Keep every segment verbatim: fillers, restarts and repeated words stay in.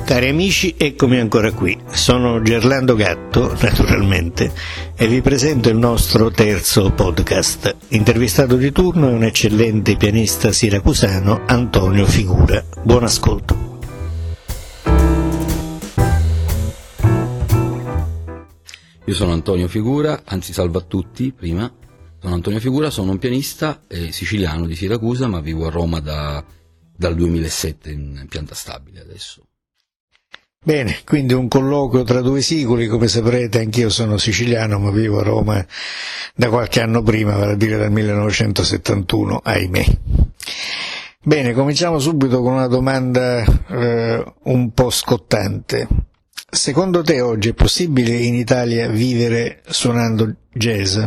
Cari amici, eccomi ancora qui. Sono Gerlando Gatto, naturalmente, e vi presento il nostro terzo podcast. Intervistato di turno è un eccellente pianista siracusano, Antonio Figura. Buon ascolto. Io sono Antonio Figura, anzi salve a tutti, prima. Sono Antonio Figura, sono un pianista eh, siciliano di Siracusa, ma vivo a Roma da, dal duemilasette in pianta stabile adesso. Bene, quindi un colloquio tra due siculi. Come saprete anch'io sono siciliano, ma vivo a Roma da qualche anno prima, vale a dire dal millenovecentosettantuno, ahimè. Bene, cominciamo subito con una domanda eh, un po' scottante. Secondo te oggi è possibile in Italia vivere suonando jazz?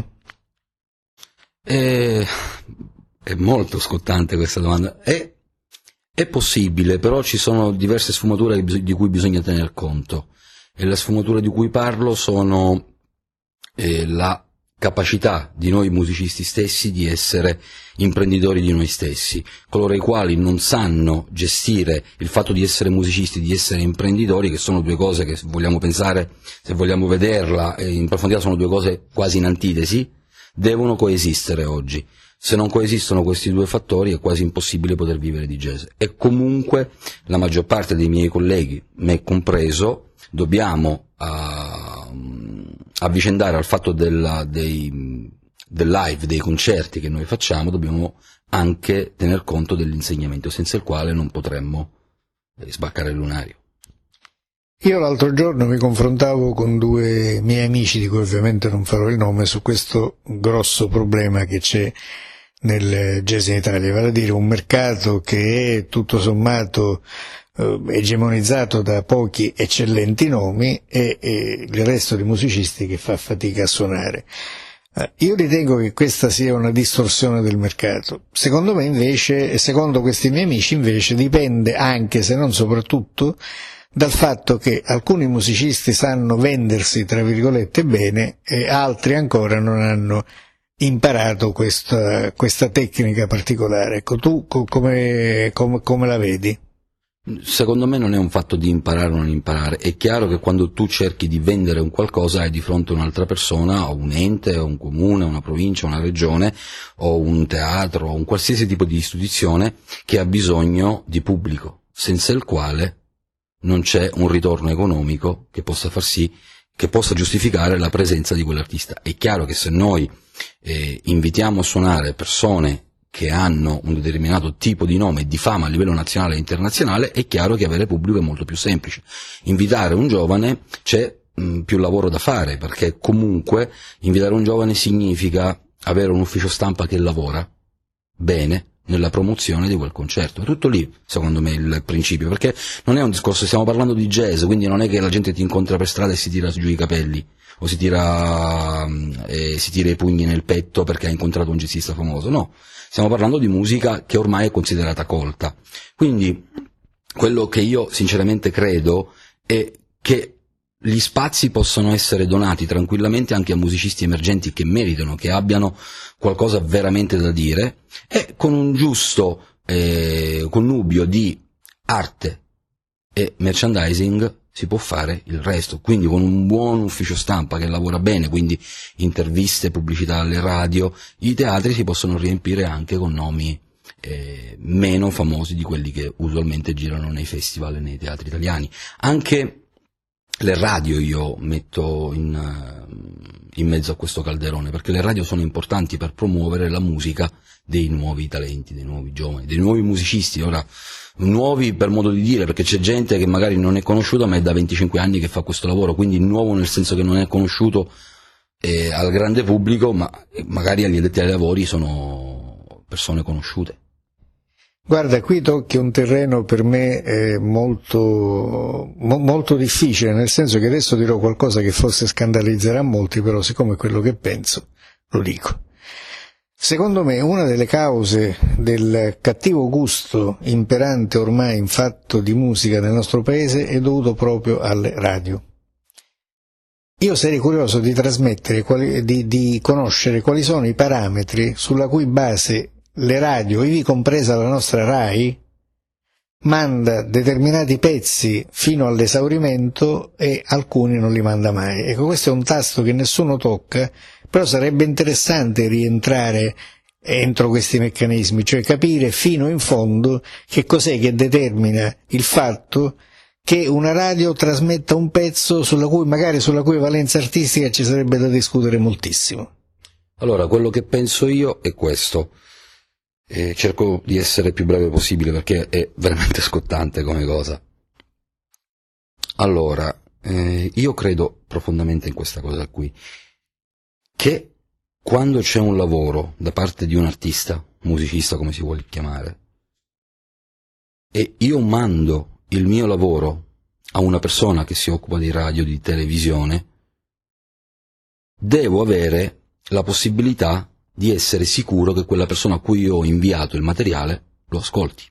È, è molto scottante questa domanda. È È possibile, però ci sono diverse sfumature di cui bisogna tener conto, e le sfumature di cui parlo sono eh, la capacità di noi musicisti stessi di essere imprenditori di noi stessi, coloro i quali non sanno gestire il fatto di essere musicisti, di essere imprenditori, che sono due cose che, se vogliamo pensare, se vogliamo vederla eh, in profondità, sono due cose quasi in antitesi, devono coesistere oggi. Se non coesistono questi due fattori è quasi impossibile poter vivere di jazz, e comunque la maggior parte dei miei colleghi, me compreso, dobbiamo uh, avvicendare al fatto della, dei, del live, dei concerti che noi facciamo, dobbiamo anche tener conto dell'insegnamento, senza il quale non potremmo eh, sbarcare il lunario. Io l'altro giorno mi confrontavo con due miei amici, di cui ovviamente non farò il nome, su questo grosso problema che c'è nel jazz in Italia, vale a dire un mercato che è tutto sommato eh, egemonizzato da pochi eccellenti nomi e, e il resto di musicisti che fa fatica a suonare. Eh, io ritengo che questa sia una distorsione del mercato. Secondo me invece, e secondo questi miei amici invece, dipende anche, se non soprattutto, dal fatto che alcuni musicisti sanno vendersi, tra virgolette, bene, e altri ancora non hanno imparato questa, questa tecnica particolare. Ecco, tu co- come, come, come la vedi? Secondo me non è un fatto di imparare o non imparare. È chiaro che quando tu cerchi di vendere un qualcosa hai di fronte un'altra persona, o un ente, o un comune, una provincia, una regione, o un teatro, o un qualsiasi tipo di istituzione che ha bisogno di pubblico, senza il quale non c'è un ritorno economico che possa far sì, che possa giustificare la presenza di quell'artista. È chiaro che se noi eh, invitiamo a suonare persone che hanno un determinato tipo di nome e di fama a livello nazionale e internazionale, è chiaro che avere pubblico è molto più semplice. Invitare un giovane c'è mh, più lavoro da fare, perché comunque invitare un giovane significa avere un ufficio stampa che lavora bene nella promozione di quel concerto. È tutto lì, secondo me, il principio, perché non è un discorso, stiamo parlando di jazz, quindi non è che la gente ti incontra per strada e si tira giù i capelli, o si tira, eh, si tira i pugni nel petto perché ha incontrato un jazzista famoso, no. Stiamo parlando di musica che ormai è considerata colta. Quindi, quello che io sinceramente credo è che gli spazi possono essere donati tranquillamente anche a musicisti emergenti che meritano, che abbiano qualcosa veramente da dire, e con un giusto eh, connubio di arte e merchandising si può fare il resto. Quindi con un buon ufficio stampa che lavora bene, quindi interviste, pubblicità alle radio, i teatri si possono riempire anche con nomi eh, meno famosi di quelli che usualmente girano nei festival e nei teatri italiani. Anche le radio io metto in, in mezzo a questo calderone, perché le radio sono importanti per promuovere la musica dei nuovi talenti, dei nuovi giovani, dei nuovi musicisti. Ora, nuovi per modo di dire, perché c'è gente che magari non è conosciuta ma è da venticinque anni che fa questo lavoro, quindi nuovo nel senso che non è conosciuto eh, al grande pubblico, ma magari agli addetti ai lavori sono persone conosciute. Guarda, qui tocchi un terreno per me eh, molto, mo, molto difficile, nel senso che adesso dirò qualcosa che forse scandalizzerà molti, però siccome è quello che penso, lo dico. Secondo me una delle cause del cattivo gusto imperante ormai in fatto di musica nel nostro paese è dovuto proprio alle radio. Io sarei curioso di trasmettere, quali, di, di conoscere quali sono i parametri sulla cui base le radio, ivi compresa la nostra RAI, manda determinati pezzi fino all'esaurimento e alcuni non li manda mai. Ecco, questo è un tasto che nessuno tocca, però sarebbe interessante rientrare entro questi meccanismi, cioè capire fino in fondo che cos'è che determina il fatto che una radio trasmetta un pezzo sulla cui, magari sulla cui valenza artistica ci sarebbe da discutere moltissimo. Allora, quello che penso io è questo. E cerco di essere più breve possibile perché è veramente scottante come cosa. Allora, eh, io credo profondamente in questa cosa qui, che quando c'è un lavoro da parte di un artista, musicista come si vuole chiamare, e io mando il mio lavoro a una persona che si occupa di radio, di televisione, devo avere la possibilità di essere sicuro che quella persona a cui io ho inviato il materiale lo ascolti.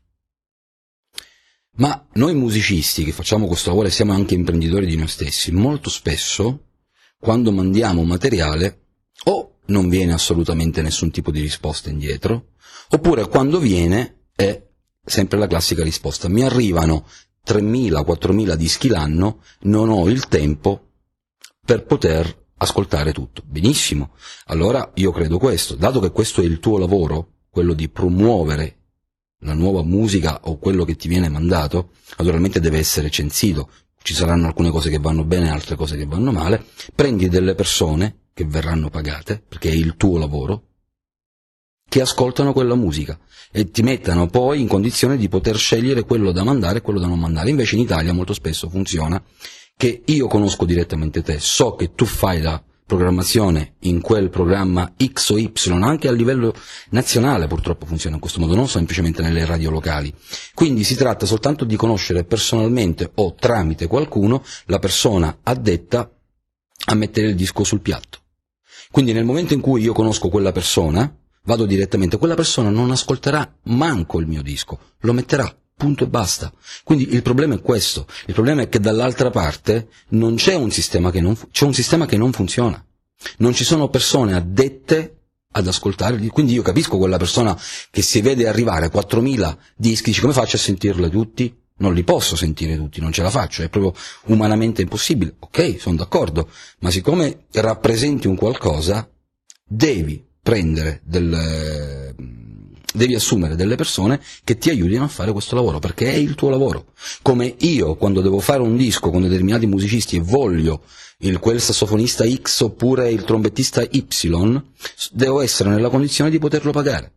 Ma noi musicisti che facciamo questo lavoro e siamo anche imprenditori di noi stessi, molto spesso quando mandiamo materiale o non viene assolutamente nessun tipo di risposta indietro, oppure quando viene è sempre la classica risposta: mi arrivano tremila quattromila dischi l'anno, non ho il tempo per poter ascoltare tutto. Benissimo, allora io credo questo, dato che questo è il tuo lavoro, quello di promuovere la nuova musica o quello che ti viene mandato, naturalmente deve essere censito, ci saranno alcune cose che vanno bene, altre cose che vanno male, prendi delle persone che verranno pagate, perché è il tuo lavoro, che ascoltano quella musica e ti mettano poi in condizione di poter scegliere quello da mandare e quello da non mandare. Invece in Italia molto spesso funziona che io conosco direttamente te, so che tu fai la programmazione in quel programma X o Y, anche a livello nazionale purtroppo funziona in questo modo, non semplicemente nelle radio locali. Quindi si tratta soltanto di conoscere personalmente o tramite qualcuno la persona addetta a mettere il disco sul piatto. Quindi nel momento in cui io conosco quella persona, vado direttamente, quella persona non ascolterà manco il mio disco, lo metterà. Punto e basta. Quindi il problema è questo, il problema è che dall'altra parte non c'è un sistema che non fu- c'è un sistema che non funziona, non ci sono persone addette ad ascoltare, quindi io capisco quella persona che si vede arrivare quattromila dischi, dice: come faccio a sentirli tutti? Non li posso sentire tutti, non ce la faccio, è proprio umanamente impossibile. Ok, sono d'accordo, ma siccome rappresenti un qualcosa, devi prendere del... devi assumere delle persone che ti aiutino a fare questo lavoro, perché è il tuo lavoro. Come io, quando devo fare un disco con determinati musicisti e voglio il, quel sassofonista X oppure il trombettista Y, devo essere nella condizione di poterlo pagare.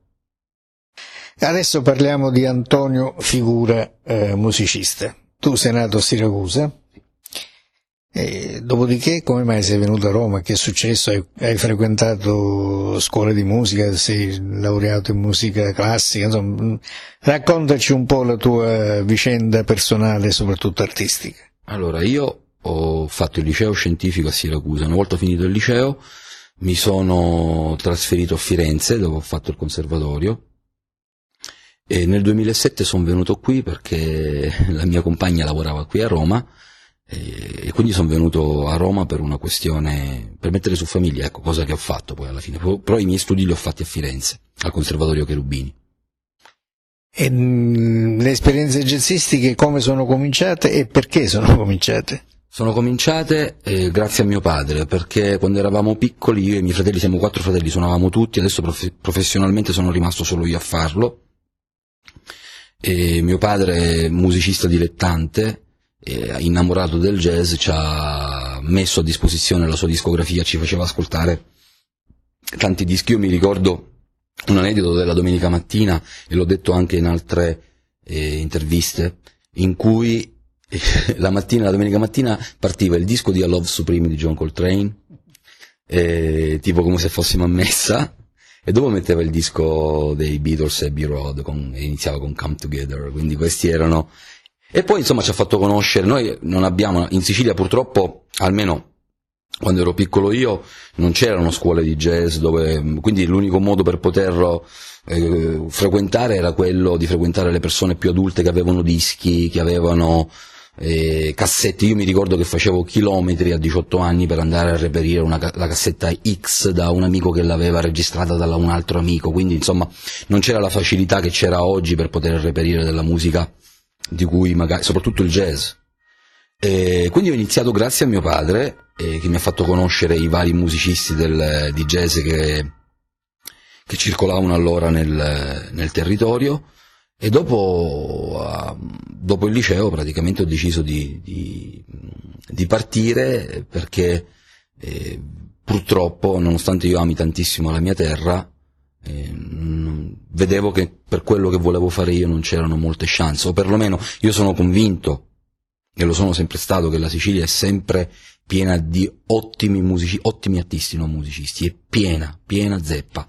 Adesso parliamo di Antonio Figura, eh, musicista. Tu sei nato a Siracusa, e dopodiché come mai sei venuto a Roma? Che è successo? Hai, hai frequentato scuole di musica, sei laureato in musica classica, insomma, raccontaci un po' la tua vicenda personale, soprattutto artistica. Allora, io ho fatto il liceo scientifico a Siracusa, una volta finito il liceo mi sono trasferito a Firenze dove ho fatto il conservatorio e nel duemilasette sono venuto qui perché la mia compagna lavorava qui a Roma e quindi sono venuto a Roma per una questione, per mettere su famiglia, ecco, cosa che ho fatto poi alla fine, però i miei studi li ho fatti a Firenze, al Conservatorio Cherubini. E mh, le esperienze jazzistiche come sono cominciate e perché sono cominciate? Sono cominciate eh, grazie a mio padre, perché quando eravamo piccoli, io e i miei fratelli, siamo quattro fratelli, suonavamo tutti, adesso prof- professionalmente sono rimasto solo io a farlo, e mio padre, musicista dilettante, Eh, innamorato del jazz, ci ha messo a disposizione la sua discografia, ci faceva ascoltare tanti dischi. Io mi ricordo un aneddoto della domenica mattina, e l'ho detto anche in altre eh, interviste, in cui eh, la mattina, la domenica mattina partiva il disco di A Love Supreme di John Coltrane, eh, tipo come se fossimo a messa, e dopo metteva il disco dei Beatles e Abbey Road con, e iniziava con Come Together, quindi questi erano. E poi insomma ci ha fatto conoscere, noi non abbiamo, in Sicilia purtroppo, almeno quando ero piccolo io, non c'erano scuole di jazz, dove, quindi l'unico modo per poterlo eh, frequentare era quello di frequentare le persone più adulte che avevano dischi, che avevano eh, cassette. Io mi ricordo che facevo chilometri a diciotto anni per andare a reperire una, la cassetta X da un amico che l'aveva registrata da un altro amico, quindi insomma non c'era la facilità che c'era oggi per poter reperire della musica di cui magari, soprattutto il jazz. E quindi ho iniziato grazie a mio padre, eh, che mi ha fatto conoscere i vari musicisti del, di jazz che, che circolavano allora nel, nel territorio, e dopo, uh, dopo il liceo praticamente ho deciso di, di, di partire, perché eh, purtroppo, nonostante io ami tantissimo la mia terra, eh, vedevo che per quello che volevo fare io non c'erano molte chance, o perlomeno io sono convinto, e lo sono sempre stato, che la Sicilia è sempre piena di ottimi musici, ottimi artisti, non musicisti, è piena, piena zeppa.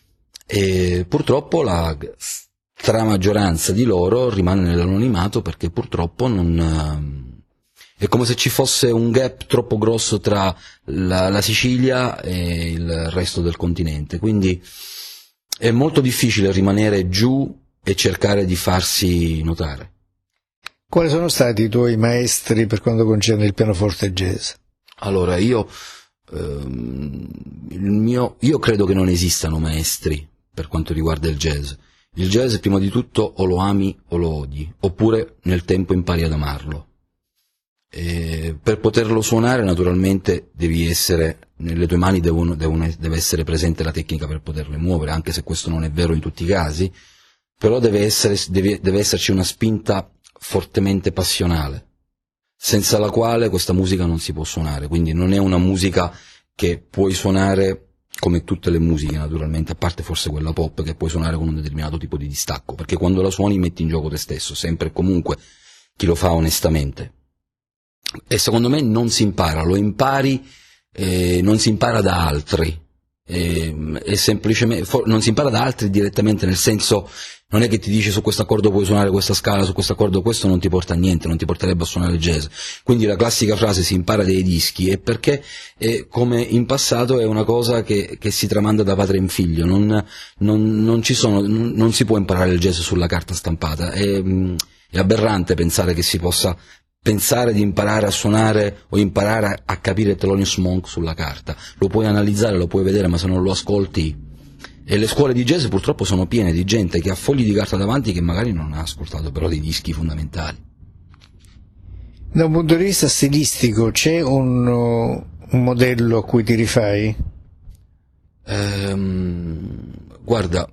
E purtroppo la stramaggioranza di loro rimane nell'anonimato, perché purtroppo non, è come se ci fosse un gap troppo grosso tra la, la Sicilia e il resto del continente, quindi è molto difficile rimanere giù e cercare di farsi notare. Quali sono stati i tuoi maestri per quanto concerne il pianoforte jazz? Allora, io, ehm, il mio, io credo che non esistano maestri per quanto riguarda il jazz. Il jazz, prima di tutto, o lo ami o lo odi, oppure nel tempo impari ad amarlo. E per poterlo suonare, naturalmente, devi essere, nelle tue mani devono, devono, deve essere presente la tecnica per poterle muovere, anche se questo non è vero in tutti i casi, però deve essere, deve, deve esserci una spinta fortemente passionale, senza la quale questa musica non si può suonare. Quindi non è una musica che puoi suonare come tutte le musiche, naturalmente, a parte forse quella pop, che puoi suonare con un determinato tipo di distacco, perché quando la suoni metti in gioco te stesso, sempre e comunque chi lo fa onestamente. E secondo me non si impara, lo impari, eh, non si impara da altri, eh, è semplicemente, for, non si impara da altri direttamente, nel senso, non è che ti dice su questo accordo puoi suonare questa scala, su questo accordo questo non ti porta a niente, non ti porterebbe a suonare jazz. Quindi la classica frase si impara dai dischi, è perché è, come in passato, è una cosa che, che si tramanda da padre in figlio, non, non, non ci sono, non, non si può imparare il jazz sulla carta stampata, è, è aberrante pensare che si possa pensare di imparare a suonare o imparare a capire Thelonious Monk sulla carta. Lo puoi analizzare, lo puoi vedere, ma se non lo ascolti. E le scuole di jazz purtroppo sono piene di gente che ha fogli di carta davanti, che magari non ha ascoltato però dei dischi fondamentali. Da un punto di vista stilistico c'è un, un modello a cui ti rifai? Ehm, guarda,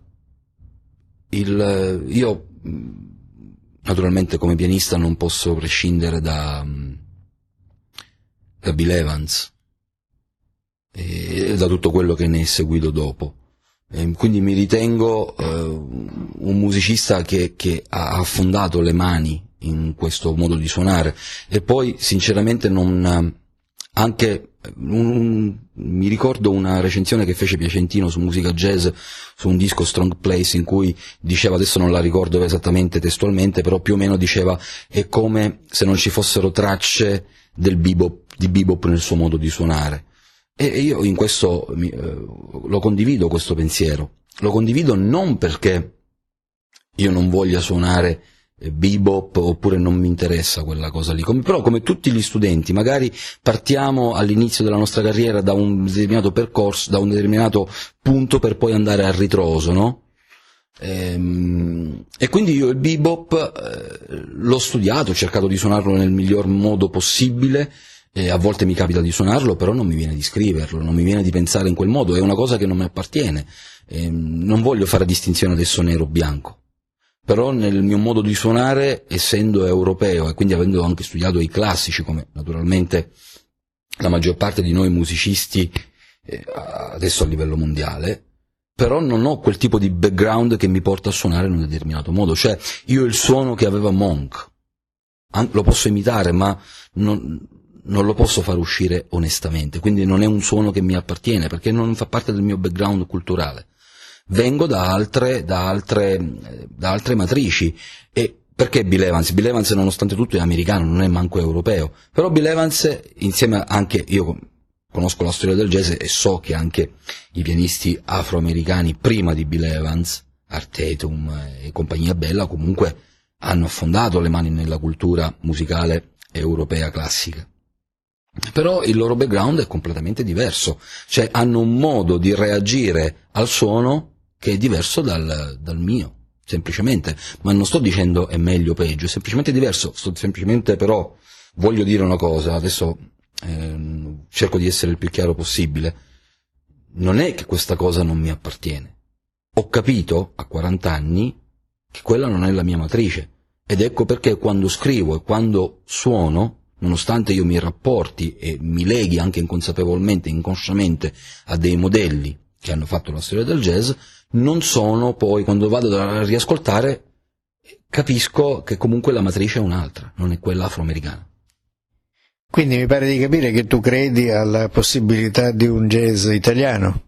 il, io naturalmente come pianista non posso prescindere da, da Bill Evans e da tutto quello che ne è seguito dopo. E quindi mi ritengo eh, un musicista che, che ha affondato le mani in questo modo di suonare, e poi sinceramente non, anche un, mi ricordo una recensione che fece Piacentino su Musica Jazz su un disco Strong Place, in cui diceva, adesso non la ricordo esattamente testualmente, però più o meno diceva è come se non ci fossero tracce del bebop, di bebop nel suo modo di suonare. E io in questo eh, lo condivido, questo pensiero. Lo condivido non perché io non voglia suonare eh, bebop, oppure non mi interessa quella cosa lì, come, però come tutti gli studenti magari partiamo all'inizio della nostra carriera da un determinato percorso, da un determinato punto, per poi andare a ritroso, no? Ehm, e quindi io il bebop eh, l'ho studiato, ho cercato di suonarlo nel miglior modo possibile. E a volte mi capita di suonarlo, però non mi viene di scriverlo, non mi viene di pensare in quel modo, è una cosa che non mi appartiene. E non voglio fare distinzione adesso nero-bianco, però nel mio modo di suonare, essendo europeo e quindi avendo anche studiato i classici, come naturalmente la maggior parte di noi musicisti eh, adesso a livello mondiale, però non ho quel tipo di background che mi porta a suonare in un determinato modo. Cioè, io il suono che aveva Monk lo posso imitare, ma non non lo posso far uscire onestamente, quindi non è un suono che mi appartiene, perché non fa parte del mio background culturale. Vengo da altre, da altre, da altre matrici. E perché Bill Evans? Bill Evans, nonostante tutto, è americano, non è manco europeo, però Bill Evans, insieme anche, io conosco la storia del jazz e so che anche i pianisti afroamericani prima di Bill Evans, Art Tatum e compagnia bella, comunque hanno affondato le mani nella cultura musicale europea classica. Però il loro background è completamente diverso, cioè hanno un modo di reagire al suono che è diverso dal, dal mio. semplicemente, ma non sto dicendo è meglio o peggio, è semplicemente diverso, sto semplicemente però voglio dire una cosa, adesso eh, cerco di essere il più chiaro possibile, non è che questa cosa non mi appartiene, ho capito a quaranta anni che quella non è la mia matrice, ed ecco perché quando scrivo e quando suono, nonostante io mi rapporti e mi leghi anche inconsapevolmente, inconsciamente a dei modelli che hanno fatto la storia del jazz, non sono poi, quando vado a riascoltare, capisco che comunque la matrice è un'altra, non è quella afroamericana. Quindi mi pare di capire che tu credi alla possibilità di un jazz italiano?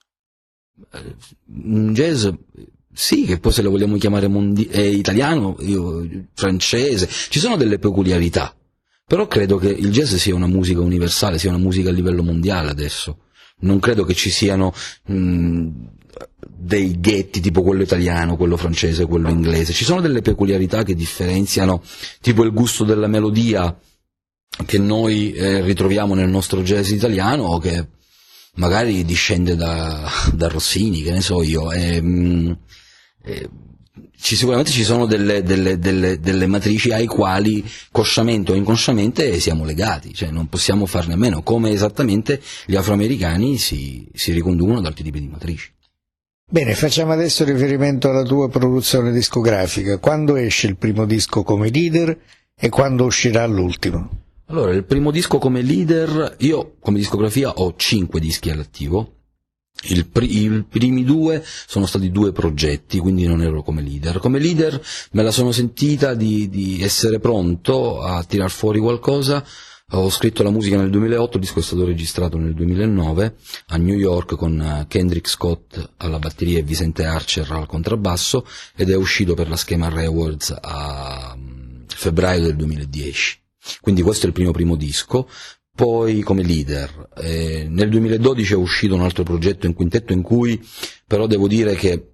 Un jazz, sì, che poi se lo vogliamo chiamare mondi- eh, italiano, io, francese, ci sono delle peculiarità, però credo che il jazz sia una musica universale, sia una musica a livello mondiale adesso. Non credo che ci siano mh, dei ghetti tipo quello italiano, quello francese, quello inglese. Ci sono delle peculiarità che differenziano, tipo il gusto della melodia che noi eh, ritroviamo nel nostro jazz italiano, o che magari discende da, da Rossini, che ne so io. E, mh, e, ci, sicuramente ci sono delle, delle, delle, delle matrici ai quali consciamente o inconsciamente siamo legati, cioè non possiamo farne a meno, come esattamente gli afroamericani si, si riconducono ad altri tipi di matrici. Bene, facciamo adesso riferimento alla tua produzione discografica. Quando esce il primo disco come leader e quando uscirà l'ultimo? Allora, il primo disco come leader, io come discografia ho cinque dischi all'attivo. Il pri- I primi due sono stati due progetti, quindi non ero come leader. Come leader me la sono sentita di, di essere pronto a tirar fuori qualcosa. Ho scritto la musica nel duemilaotto, il disco è stato registrato nel duemilanove a New York con Kendrick Scott alla batteria e Vicente Archer al contrabbasso, ed è uscito per la Schema Records a febbraio del duemiladieci. Quindi questo è il primo primo disco. Poi come leader, eh, nel duemiladodici è uscito un altro progetto in quintetto in cui però devo dire che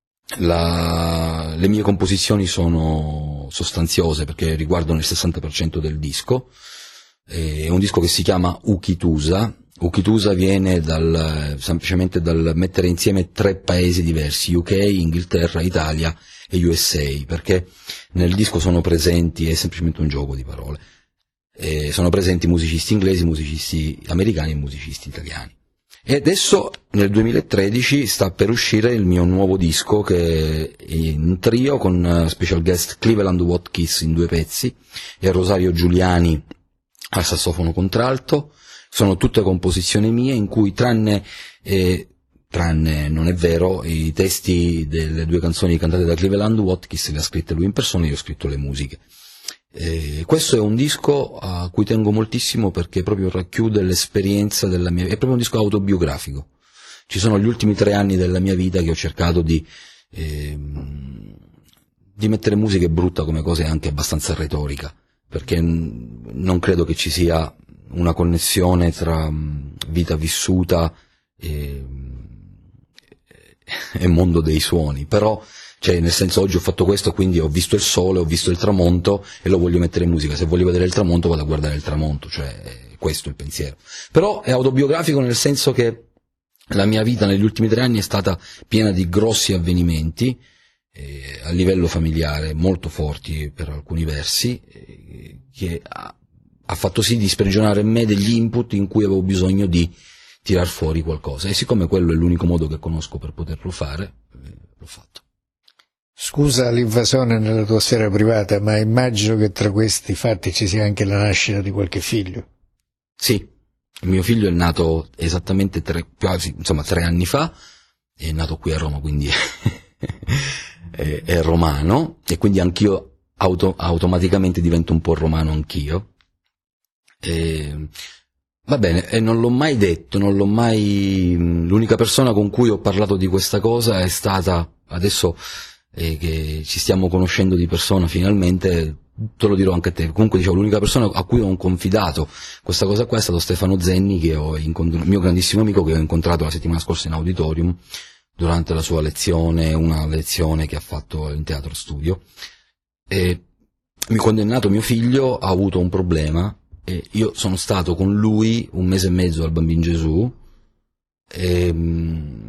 la, le mie composizioni sono sostanziose perché riguardano il sessanta per cento del disco. È un disco che si chiama Ukitusa. Ukitusa viene dal, semplicemente dal mettere insieme tre paesi diversi, U K, Inghilterra, Italia e U S A, perché nel disco sono presenti, è semplicemente un gioco di parole. Eh, sono presenti musicisti inglesi, musicisti americani e musicisti italiani. E adesso nel duemilatredici sta per uscire il mio nuovo disco, che è in trio con uh, special guest Cleveland Watkins in due pezzi e Rosario Giuliani al sassofono contralto. Sono tutte composizioni mie in cui tranne eh, tranne non è vero, i testi delle due canzoni cantate da Cleveland Watkins le ha scritte lui in persona, io ho scritto le musiche. Eh, questo è un disco a cui tengo moltissimo perché proprio racchiude l'esperienza della mia, è proprio un disco autobiografico. Ci sono gli ultimi tre anni della mia vita che ho cercato di eh, di mettere musica, è brutta come cosa, è anche abbastanza retorica, perché non credo che ci sia una connessione tra vita vissuta e, e mondo dei suoni, però cioè nel senso oggi ho fatto questo, quindi ho visto il sole, ho visto il tramonto e lo voglio mettere in musica. Se voglio vedere il tramonto vado a guardare il tramonto, cioè questo è il pensiero. Però è autobiografico nel senso che la mia vita negli ultimi tre anni è stata piena di grossi avvenimenti eh, a livello familiare molto forti per alcuni versi, eh, che ha, ha fatto sì di sprigionare in me degli input in cui avevo bisogno di tirar fuori qualcosa, e siccome quello è l'unico modo che conosco per poterlo fare, eh, l'ho fatto. Scusa l'invasione nella tua sfera privata, ma immagino che tra questi fatti ci sia anche la nascita di qualche figlio. Sì, il mio figlio è nato esattamente tre, quasi, insomma, tre anni fa, è nato qui a Roma, quindi è, è romano, e quindi anch'io auto, automaticamente divento un po' romano anch'io. E, va bene, e non l'ho mai detto, non l'ho mai, l'unica persona con cui ho parlato di questa cosa è stata, adesso e che ci stiamo conoscendo di persona finalmente, te lo dirò anche a te. Comunque dicevo, l'unica persona a cui ho confidato questa cosa qua è stato Stefano Zenni, che ho incontrato, mio grandissimo amico, che ho incontrato la settimana scorsa in auditorium durante la sua lezione, una lezione che ha fatto in teatro studio. E quando è nato mio figlio ha avuto un problema e io sono stato con lui un mese e mezzo al Bambin Gesù, e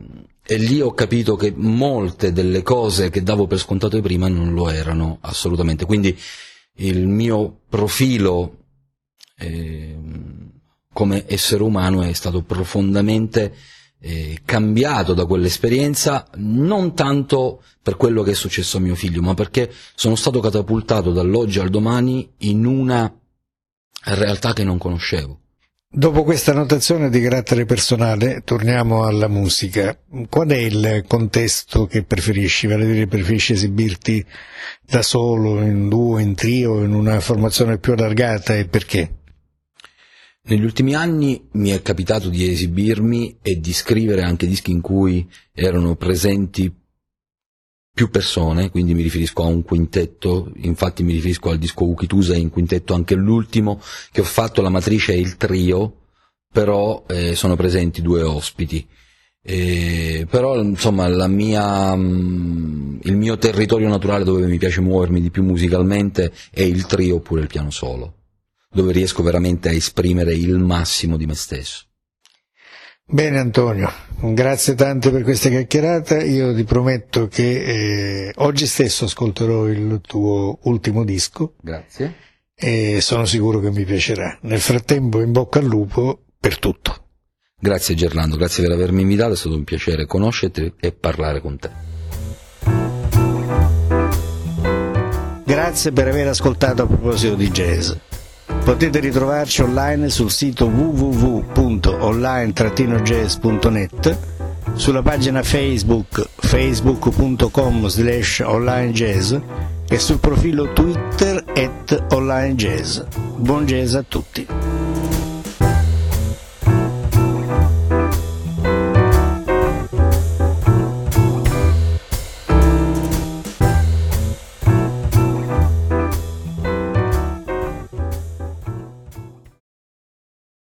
e lì ho capito che molte delle cose che davo per scontate prima non lo erano assolutamente, quindi il mio profilo eh, come essere umano è stato profondamente eh, cambiato da quell'esperienza, non tanto per quello che è successo a mio figlio, ma perché sono stato catapultato dall'oggi al domani in una realtà che non conoscevo. Dopo questa notazione di carattere personale, torniamo alla musica. Qual è il contesto che preferisci? Vale a dire, preferisci esibirti da solo, in duo, in trio, in una formazione più allargata, e perché? Negli ultimi anni mi è capitato di esibirmi e di scrivere anche dischi in cui erano presenti più persone, quindi mi riferisco a un quintetto, infatti mi riferisco al disco Ukitusa in quintetto, anche l'ultimo che ho fatto, la matrice è il trio, però eh, sono presenti due ospiti. Eh, però insomma la mia, mh, il mio territorio naturale dove mi piace muovermi di più musicalmente è il trio oppure il piano solo, dove riesco veramente a esprimere il massimo di me stesso. Bene Antonio, grazie tante per questa chiacchierata. Io ti prometto che eh, oggi stesso ascolterò il tuo ultimo disco. Grazie. E sono sicuro che mi piacerà. Nel frattempo, in bocca al lupo per tutto. Grazie Gerlando, grazie per avermi invitato, è stato un piacere conoscerti e parlare con te. Grazie per aver ascoltato A Proposito di Jazz. Potete ritrovarci online sul sito w w w punto online trattino jazz punto net, sulla pagina Facebook facebook punto com slash online jazz e sul profilo Twitter at online jazz. Buon jazz a tutti.